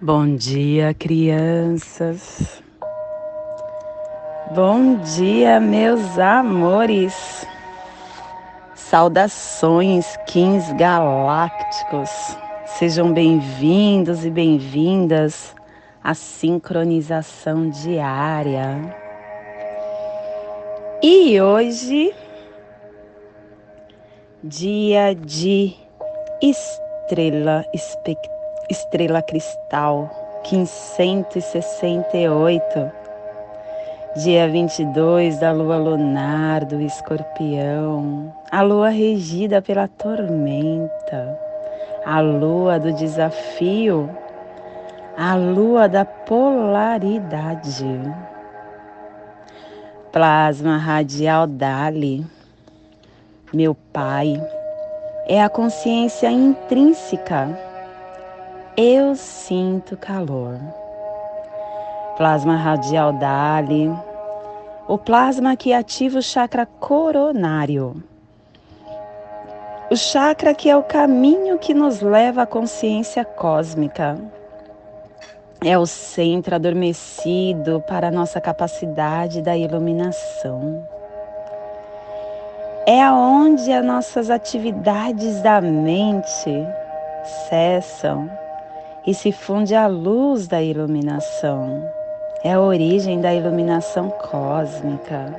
Bom dia, crianças. Bom dia, meus amores. Saudações, Kings galácticos. Sejam bem-vindos e bem-vindas à sincronização diária. E hoje, dia de estrela cristal, 568, dia 22 da lua lunar do Escorpião, a lua regida pela tormenta, a lua do desafio, a lua da polaridade. Plasma radial Dali, meu pai, é a consciência intrínseca. Eu sinto calor. Plasma radial Dali, o plasma que ativa o chakra coronário. O chakra que é o caminho que nos leva à consciência cósmica. É o centro adormecido para a nossa capacidade da iluminação. É aonde as nossas atividades da mente cessam e se funde a luz da iluminação. É a origem da iluminação cósmica.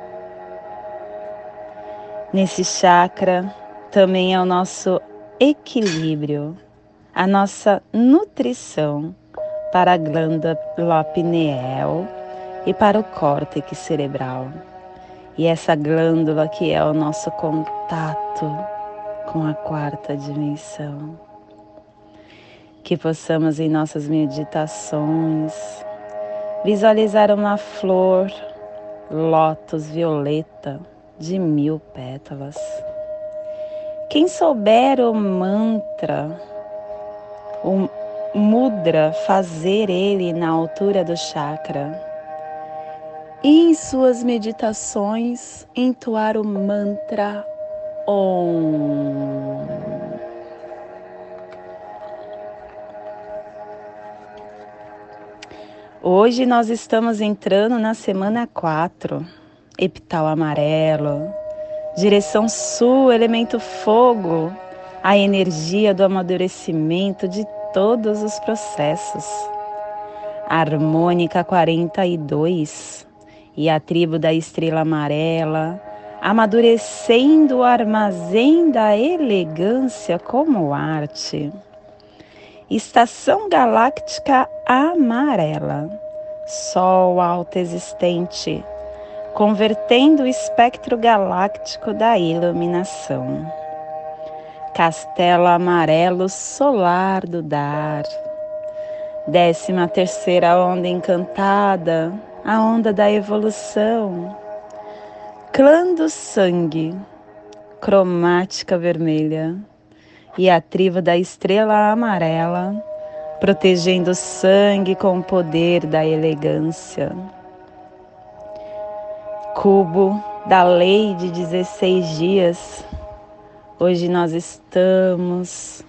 Nesse chakra também é o nosso equilíbrio, a nossa nutrição para a glândula pineal e para o córtex cerebral. E essa glândula que é o nosso contato com a quarta dimensão. Que possamos em nossas meditações visualizar uma flor lótus violeta de 1000 pétalas. Quem souber o mantra, o mudra, fazer ele na altura do chakra, e em suas meditações entoar o mantra Om. Hoje nós estamos entrando na semana 4, epital amarelo, direção sul, elemento fogo, a energia do amadurecimento de todos os processos. Harmônica 42 e a tribo da estrela amarela, amadurecendo o armazém da elegância como arte. Estação galáctica amarela, Sol autoexistente, convertendo o espectro galáctico da iluminação. Castelo amarelo solar do dar, 13ª onda encantada, a onda da evolução. Clã do sangue, cromática vermelha, e a tribo da estrela amarela, protegendo o sangue com o poder da elegância. Cubo da lei de 16 dias. Hoje nós estamos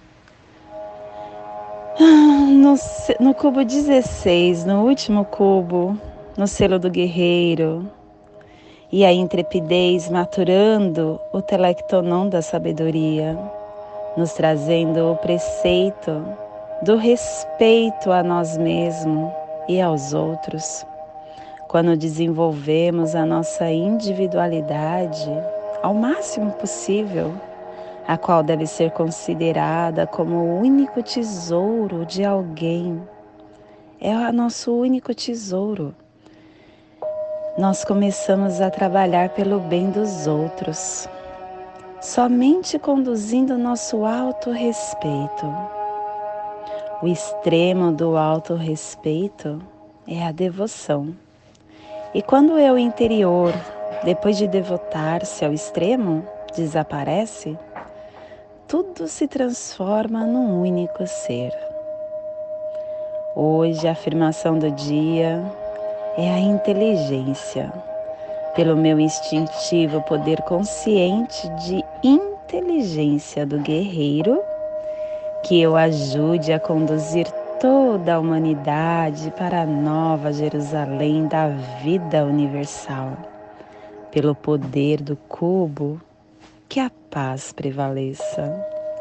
no cubo 16, no último cubo, no selo do guerreiro. E a intrepidez maturando o telectonon da sabedoria, nos trazendo o preceito do respeito a nós mesmos e aos outros. Quando desenvolvemos a nossa individualidade ao máximo possível, a qual deve ser considerada como o único tesouro de alguém, é o nosso único tesouro. Nós começamos a trabalhar pelo bem dos outros, somente conduzindo nosso autorrespeito. O extremo do autorrespeito é a devoção. E quando o eu interior, depois de devotar-se ao extremo, desaparece, tudo se transforma num único ser. Hoje a afirmação do dia é a inteligência, pelo meu instintivo poder consciente de inteligência do guerreiro, que eu ajude a conduzir toda a humanidade para a nova Jerusalém da vida universal. Pelo poder do cubo, que a paz prevaleça.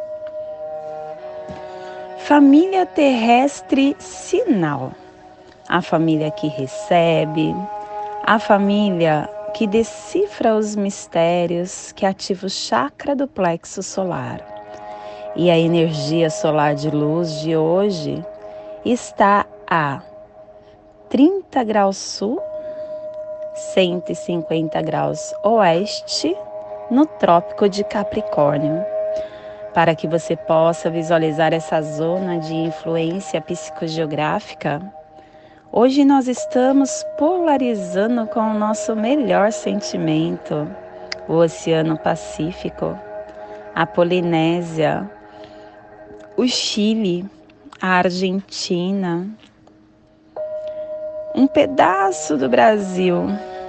Família terrestre sinal. A família que recebe, a família que decifra os mistérios, que ativa o chakra do plexo solar. E a energia solar de luz de hoje está a 30 graus sul, 150 graus oeste, no Trópico de Capricórnio. Para que você possa visualizar essa zona de influência psicogeográfica, hoje nós estamos polarizando com o nosso melhor sentimento, o Oceano Pacífico, a Polinésia, o Chile, a Argentina, um pedaço do Brasil.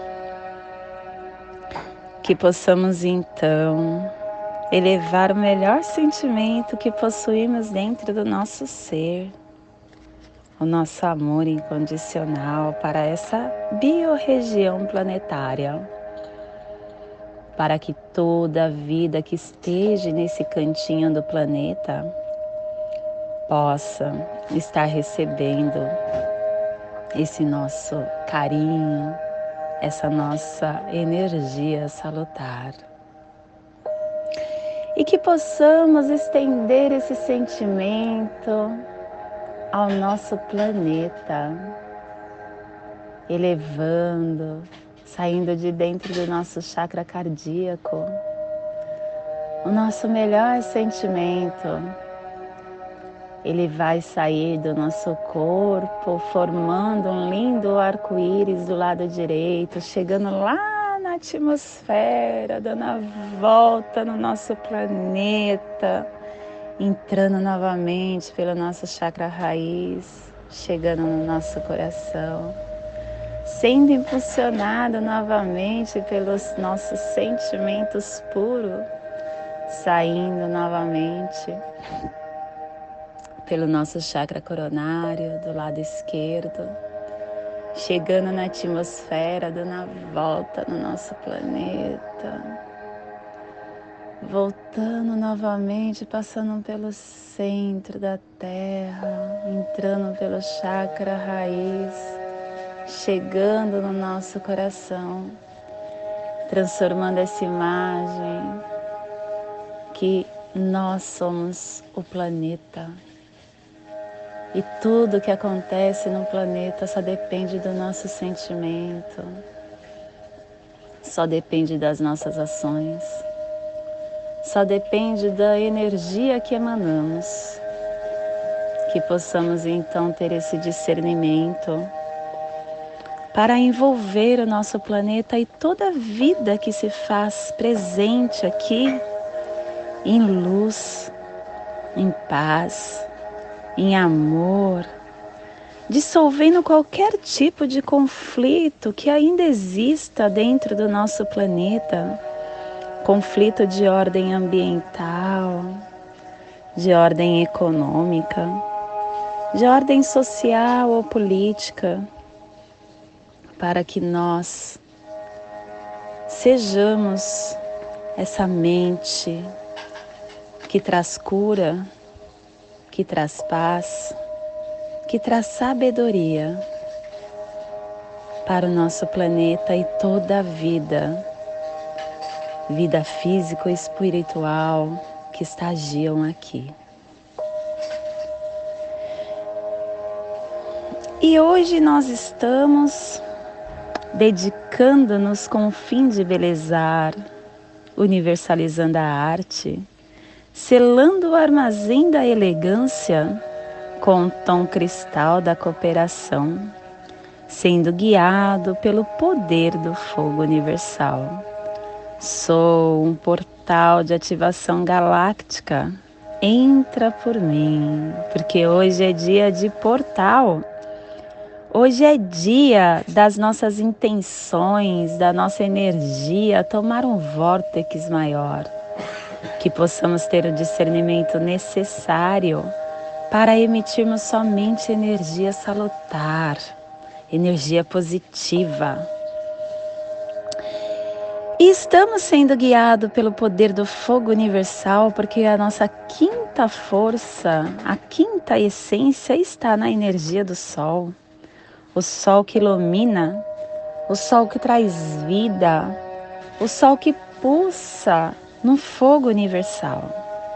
Que possamos então elevar o melhor sentimento que possuímos dentro do nosso ser, o nosso amor incondicional para essa biorregião planetária, para que toda a vida que esteja nesse cantinho do planeta possa estar recebendo esse nosso carinho, essa nossa energia salutar. E que possamos estender esse sentimento ao nosso planeta, elevando, saindo de dentro do nosso chakra cardíaco, o nosso melhor sentimento. Ele vai sair do nosso corpo, formando um lindo arco-íris do lado direito, chegando lá na atmosfera, dando a volta no nosso planeta, entrando novamente pelo nosso chakra raiz, chegando no nosso coração, sendo impulsionado novamente pelos nossos sentimentos puros, saindo novamente pelo nosso chakra coronário do lado esquerdo, chegando na atmosfera, dando a volta no nosso planeta, voltando novamente, passando pelo centro da Terra, entrando pelo chakra raiz, chegando no nosso coração, transformando essa imagem que nós somos o planeta. E tudo que acontece no planeta só depende do nosso sentimento, só depende das nossas ações, só depende da energia que emanamos. Que possamos então ter esse discernimento para envolver o nosso planeta e toda a vida que se faz presente aqui em luz, em paz, em amor, dissolvendo qualquer tipo de conflito que ainda exista dentro do nosso planeta, conflito de ordem ambiental, de ordem econômica, de ordem social ou política, para que nós sejamos essa mente que traz cura, que traz paz, que traz sabedoria para o nosso planeta e toda a vida física e espiritual que estagiam aqui. E hoje nós estamos dedicando-nos com o fim de belezar, universalizando a arte, selando o armazém da elegância com o tom cristal da cooperação, sendo guiado pelo poder do fogo universal. Sou um portal de ativação galáctica. Entra por mim, porque hoje é dia de portal. Hoje é dia das nossas intenções, da nossa energia tomar um vórtex maior. Que possamos ter o discernimento necessário para emitirmos somente energia salutar, energia positiva. E estamos sendo guiados pelo poder do fogo universal, porque a nossa quinta força, a quinta essência está na energia do sol. O sol que ilumina, o sol que traz vida, o sol que pulsa no fogo universal.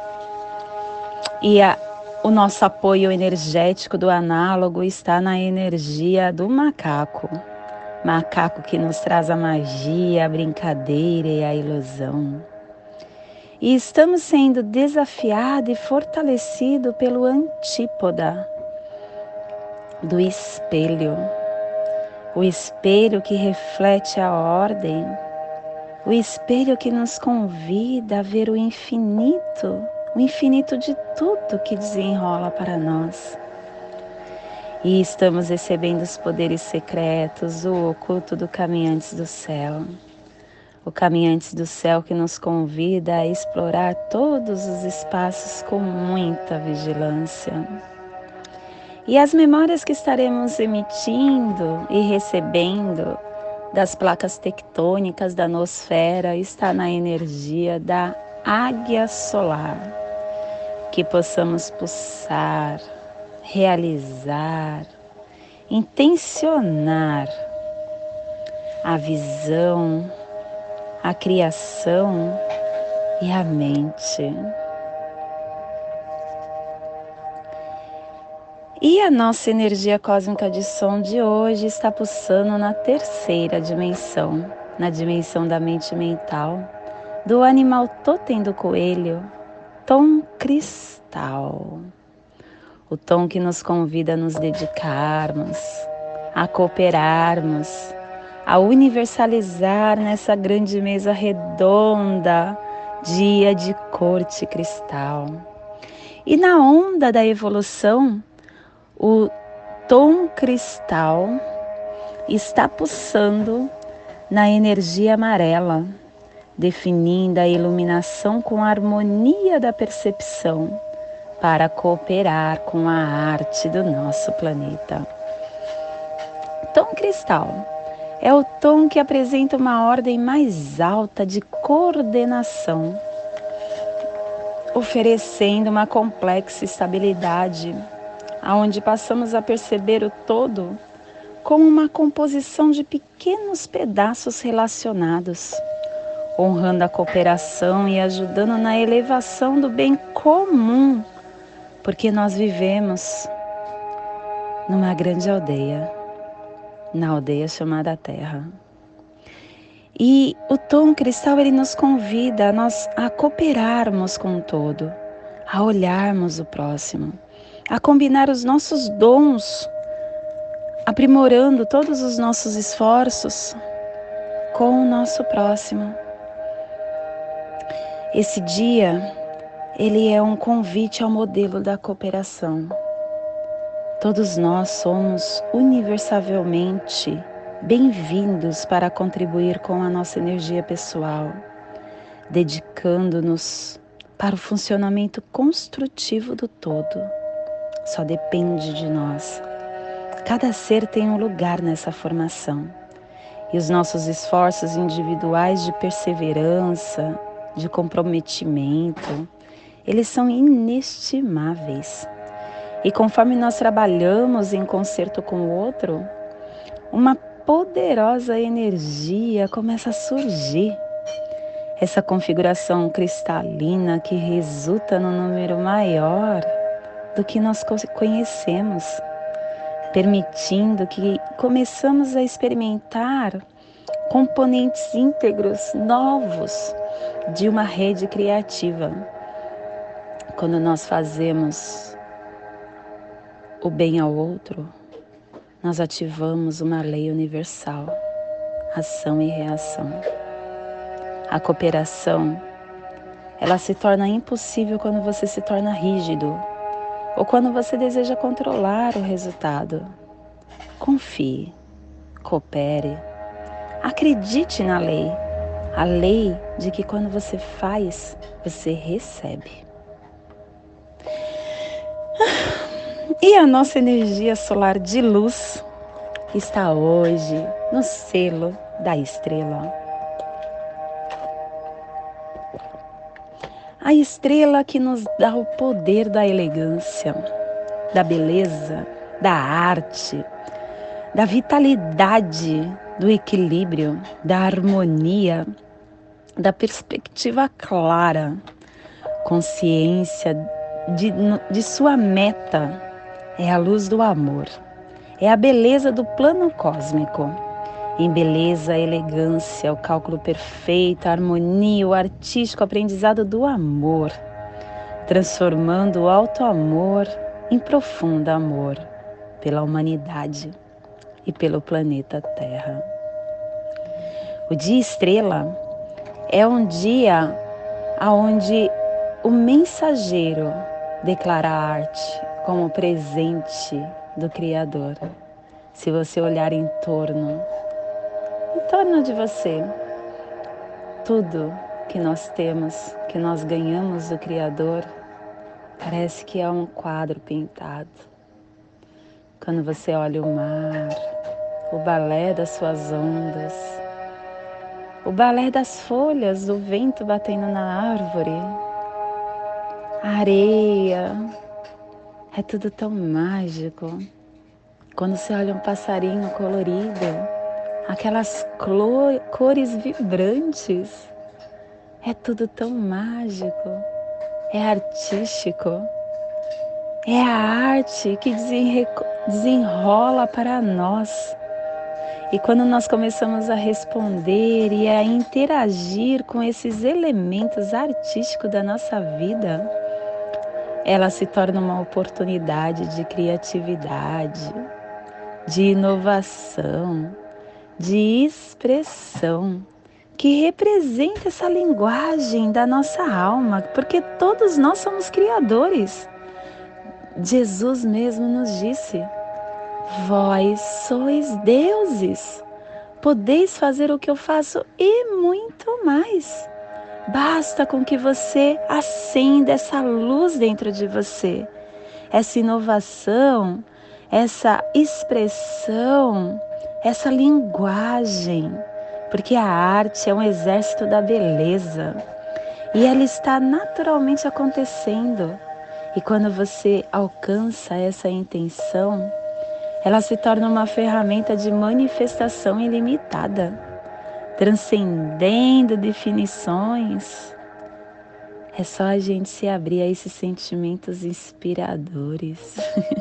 E o nosso apoio energético do análogo está na energia do macaco. Macaco que nos traz a magia, a brincadeira e a ilusão. E estamos sendo desafiados e fortalecidos pelo antípoda do espelho. O espelho que reflete a ordem. O espelho que nos convida a ver o infinito de tudo que desenrola para nós. E estamos recebendo os poderes secretos, o oculto do Caminhantes do Céu. O Caminhantes do Céu que nos convida a explorar todos os espaços com muita vigilância. E as memórias que estaremos emitindo e recebendo das placas tectônicas da nosfera está na energia da águia solar. Que possamos pulsar, realizar, intencionar a visão, a criação e a mente. E a nossa energia cósmica de som de hoje está pulsando na terceira dimensão, na dimensão da mente mental, do animal totem do coelho, tom cristal. O tom que nos convida a nos dedicarmos, a cooperarmos, a universalizar nessa grande mesa redonda, dia de corte cristal. E na onda da evolução, o tom cristal está pulsando na energia amarela, definindo a iluminação com a harmonia da percepção, para cooperar com a arte do nosso planeta. Tom cristal é o tom que apresenta uma ordem mais alta de coordenação, oferecendo uma complexa estabilidade, onde passamos a perceber o todo como uma composição de pequenos pedaços relacionados, honrando a cooperação e ajudando na elevação do bem comum, porque nós vivemos numa grande aldeia, na aldeia chamada Terra. E o tom cristal, ele nos convida a cooperarmos com o todo, a olharmos o próximo, a combinar os nossos dons, aprimorando todos os nossos esforços com o nosso próximo. Esse dia, ele é um convite ao modelo da cooperação. Todos nós somos universalmente bem-vindos para contribuir com a nossa energia pessoal, dedicando-nos para o funcionamento construtivo do todo. Só depende de nós. Cada ser tem um lugar nessa formação. E os nossos esforços individuais de perseverança, de comprometimento, eles são inestimáveis. E conforme nós trabalhamos em concerto com o outro, uma poderosa energia começa a surgir. Essa configuração cristalina que resulta num número maior do que nós conhecemos, permitindo que começamos a experimentar componentes íntegros novos de uma rede criativa. Quando nós fazemos o bem ao outro, nós ativamos uma lei universal, ação e reação. A cooperação, ela se torna impossível quando você se torna rígido ou quando você deseja controlar o resultado. Confie, coopere, acredite na lei, a lei de que quando você faz, você recebe. E a nossa energia solar de luz está hoje no selo da estrela. A estrela que nos dá o poder da elegância, da beleza, da arte, da vitalidade, do equilíbrio, da harmonia, da perspectiva clara, consciência de sua meta. É a luz do amor, é a beleza do plano cósmico. Em beleza, a elegância, o cálculo perfeito, a harmonia, o artístico aprendizado do amor, transformando o alto amor em profundo amor pela humanidade e pelo planeta Terra. O dia estrela é um dia onde o mensageiro declara a arte como presente do Criador. Se você olhar em torno de você, tudo que nós temos, que nós ganhamos do Criador, parece que é um quadro pintado. Quando você olha o mar, o balé das suas ondas, o balé das folhas, do vento batendo na árvore, a areia, é tudo tão mágico. Quando você olha um passarinho colorido, aquelas cores vibrantes, é tudo tão mágico, é artístico, é a arte que desenrola para nós. E quando nós começamos a responder e a interagir com esses elementos artísticos da nossa vida, ela se torna uma oportunidade de criatividade, de inovação, de expressão, que representa essa linguagem da nossa alma, porque todos nós somos criadores. Jesus mesmo nos disse: vós sois deuses, podeis fazer o que eu faço e muito mais. Basta com que você acenda essa luz dentro de você, essa inovação, essa expressão, essa linguagem, porque a arte é um exército da beleza e ela está naturalmente acontecendo. E quando você alcança essa intenção, ela se torna uma ferramenta de manifestação ilimitada, transcendendo definições. É só a gente se abrir a esses sentimentos inspiradores.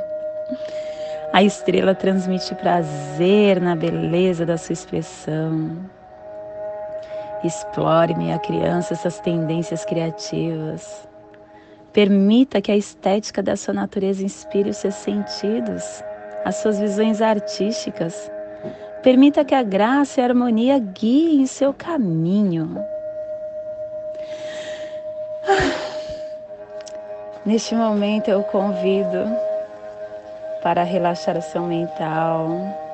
A estrela transmite prazer na beleza da sua expressão. Explore, minha criança, essas tendências criativas. Permita que a estética da sua natureza inspire os seus sentidos, as suas visões artísticas. Permita que a graça e a harmonia guiem seu caminho. Neste momento eu convido para relaxar o seu mental,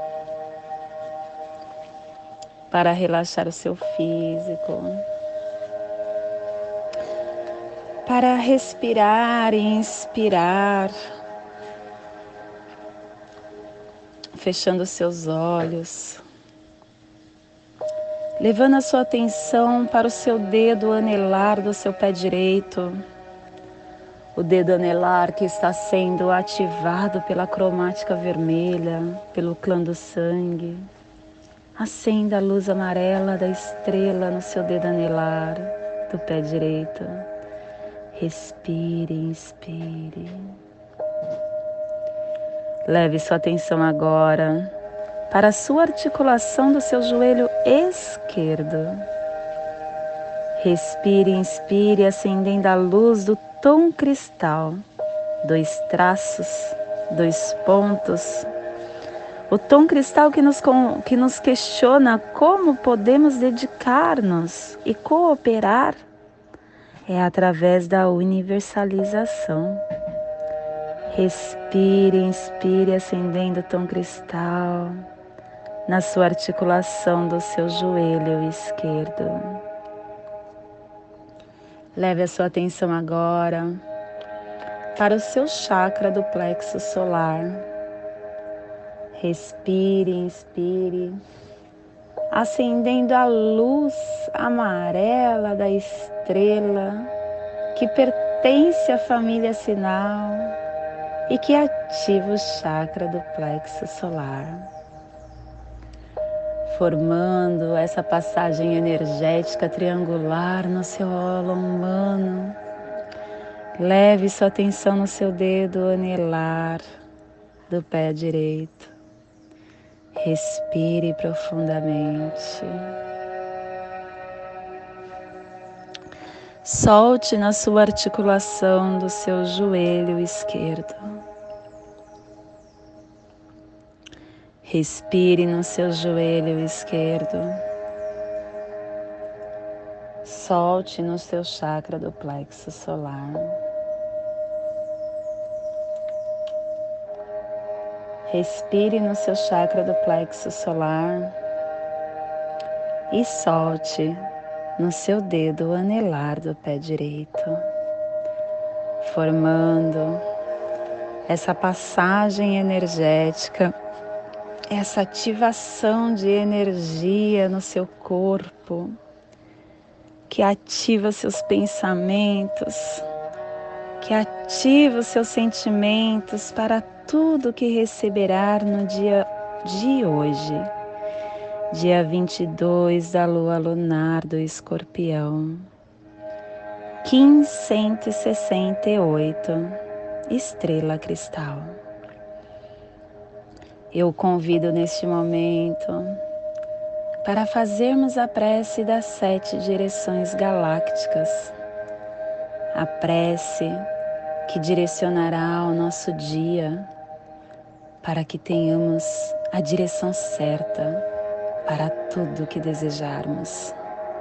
para relaxar o seu físico, para respirar e inspirar, fechando os seus olhos, levando a sua atenção para o seu dedo anelar do seu pé direito, o dedo anelar que está sendo ativado pela cromática vermelha, pelo clã do sangue. Acenda a luz amarela da estrela no seu dedo anelar do pé direito. Respire, inspire. Leve sua atenção agora para a sua articulação do seu joelho esquerdo. Respire, inspire, acendendo a luz do tom cristal, 2 traços, 2 pontos. O tom cristal que nos questiona como podemos dedicar-nos e cooperar é através da universalização. Respire, inspire, acendendo o tom cristal na sua articulação do seu joelho esquerdo. Leve a sua atenção agora para o seu chakra do plexo solar. Respire, inspire, acendendo a luz amarela da estrela que pertence à família Sinal e que ativa o chakra do plexo solar, formando essa passagem energética triangular no seu holo humano. Leve sua atenção no seu dedo anelar do pé direito. Respire profundamente. Solte na sua articulação do seu joelho esquerdo. Respire no seu joelho esquerdo. Solte no seu chakra do plexo solar. Respire no seu chakra do plexo solar e solte no seu dedo anelar do pé direito, formando essa passagem energética, essa ativação de energia no seu corpo, que ativa seus pensamentos, que ativa os seus sentimentos para tudo que receberá no dia de hoje, dia 22 da lua lunar do Escorpião, 1568, estrela cristal. Eu o convido neste momento para fazermos a prece das 7 direções galácticas, a prece que direcionará o nosso dia para que tenhamos a direção certa para tudo que desejarmos.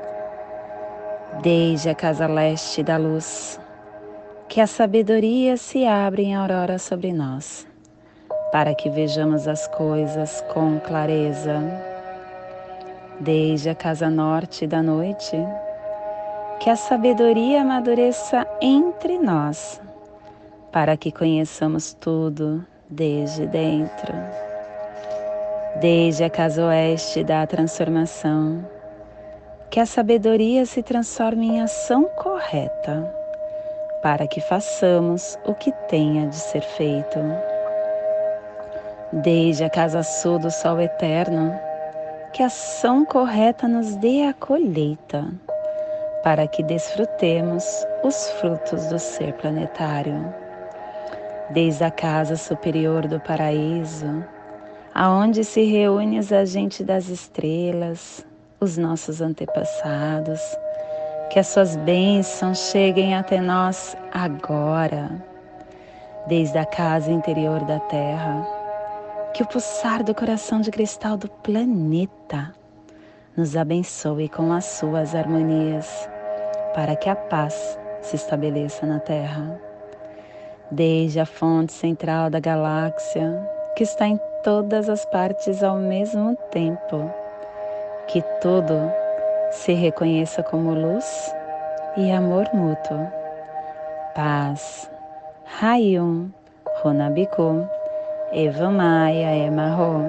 Desde a casa leste da luz, que a sabedoria se abre em aurora sobre nós, para que vejamos as coisas com clareza. Desde a casa norte da noite, que a sabedoria amadureça entre nós, para que conheçamos tudo desde dentro. Desde a casa oeste da transformação, que a sabedoria se transforme em ação correta, para que façamos o que tenha de ser feito. Desde a casa sul do sol eterno, que a ação correta nos dê a colheita, para que desfrutemos os frutos do ser planetário. Desde a casa superior do paraíso, aonde se reúnem os agentes das estrelas, os nossos antepassados, que as suas bênçãos cheguem até nós agora. Desde a casa interior da Terra, que o pulsar do coração de cristal do planeta nos abençoe com as suas harmonias, para que a paz se estabeleça na Terra. Desde a fonte central da galáxia, que está em todas as partes ao mesmo tempo, que tudo se reconheça como luz e amor mútuo. Paz. Raiyum Runabiku Evamaya Emarro.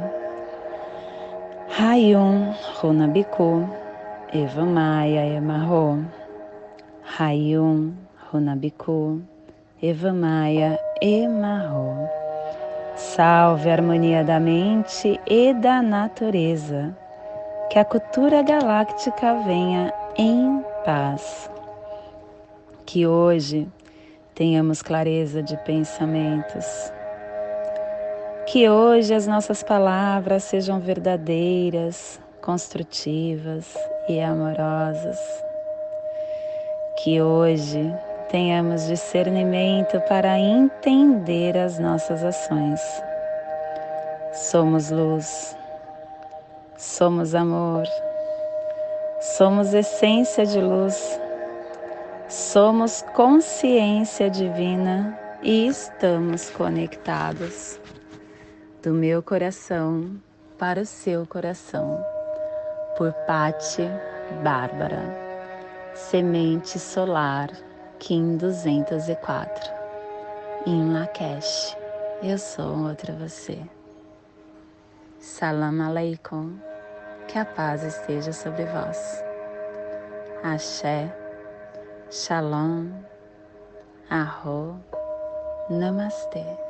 Raiyum Runabiku Evamaya Emarro. Raiyum Runabiku Evamaya Emarro. Salve a harmonia da mente e da natureza. Que a cultura galáctica venha em paz. Que hoje tenhamos clareza de pensamentos. Que hoje as nossas palavras sejam verdadeiras, construtivas e amorosas. Que hoje tenhamos discernimento para entender as nossas ações. Somos luz, somos amor, somos essência de luz, somos consciência divina e estamos conectados. Do meu coração para o seu coração, por Patti Bárbara, Semente Solar Kim 204. em Lakesh. Eu sou outra você. Salam Aleikum. Que a paz esteja sobre vós. Axé, Shalom, Arro, Namastê.